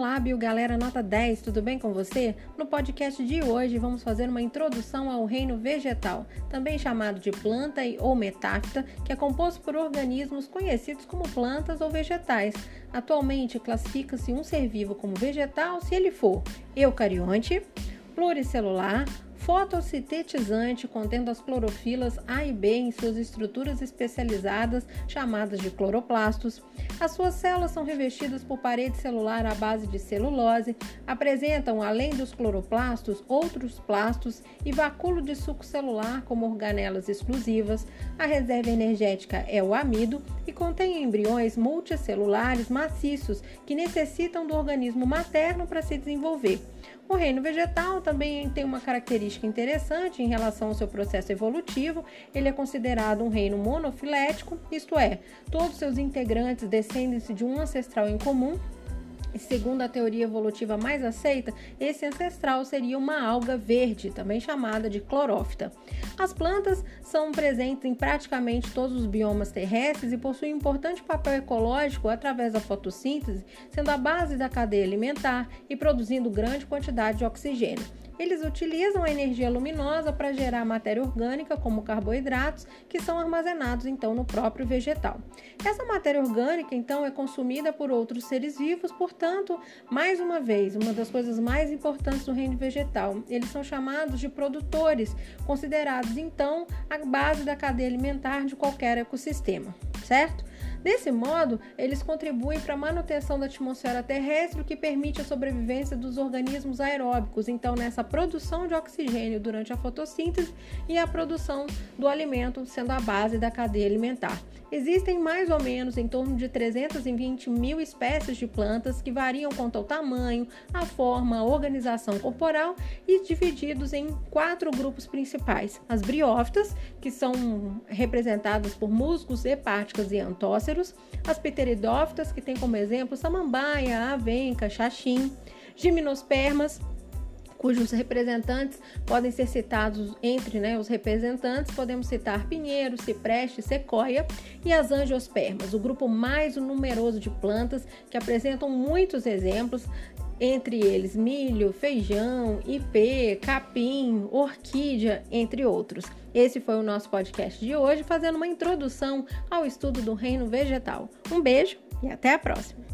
Olá, galera nota 10, tudo bem com você? No podcast de hoje vamos fazer uma introdução ao reino vegetal, também chamado de planta ou metáfita, que é composto por organismos conhecidos como plantas ou vegetais. Atualmente classifica-se um ser vivo como vegetal se ele for eucarionte, pluricelular, fotossintetizante, contendo as clorofilas A e B em suas estruturas especializadas, chamadas de cloroplastos. As suas células são revestidas por parede celular à base de celulose, apresentam, além dos cloroplastos, outros plastos e vacúolo de suco celular como organelas exclusivas. A reserva energética é o amido e contém embriões multicelulares maciços que necessitam do organismo materno para se desenvolver. O reino vegetal também tem uma característica interessante em relação ao seu processo evolutivo. Ele é considerado um reino monofilético, isto é, todos seus integrantes descendem-se de um ancestral em comum. E segundo a teoria evolutiva mais aceita, esse ancestral seria uma alga verde, também chamada de clorófita. As plantas são presentes em praticamente todos os biomas terrestres e possuem um importante papel ecológico através da fotossíntese, sendo a base da cadeia alimentar e produzindo grande quantidade de oxigênio. Eles utilizam a energia luminosa para gerar matéria orgânica, como carboidratos, que são armazenados então no próprio vegetal. Essa matéria orgânica então é consumida por outros seres vivos, portanto, mais uma vez, uma das coisas mais importantes do reino vegetal, eles são chamados de produtores, considerados então a base da cadeia alimentar de qualquer ecossistema, certo? Desse modo, eles contribuem para a manutenção da atmosfera terrestre, o que permite a sobrevivência dos organismos aeróbicos, então nessa produção de oxigênio durante a fotossíntese e a produção do alimento, sendo a base da cadeia alimentar. Existem mais ou menos em torno de 320 mil espécies de plantas que variam quanto ao tamanho, a forma, a organização corporal e divididos em 4 grupos principais. As briófitas, que são representadas por musgos, hepáticas e antóceros. As pteridófitas, que tem como exemplo samambaia, avenca, xaxim. Gimnospermas, cujos representantes podem ser citados entre os representantes, podemos citar pinheiro, cipreste, sequoia, e as angiospermas, o grupo mais numeroso de plantas que apresentam muitos exemplos, entre eles milho, feijão, ipê, capim, orquídea, entre outros. Esse foi o nosso podcast de hoje, fazendo uma introdução ao estudo do reino vegetal. Um beijo e até a próxima!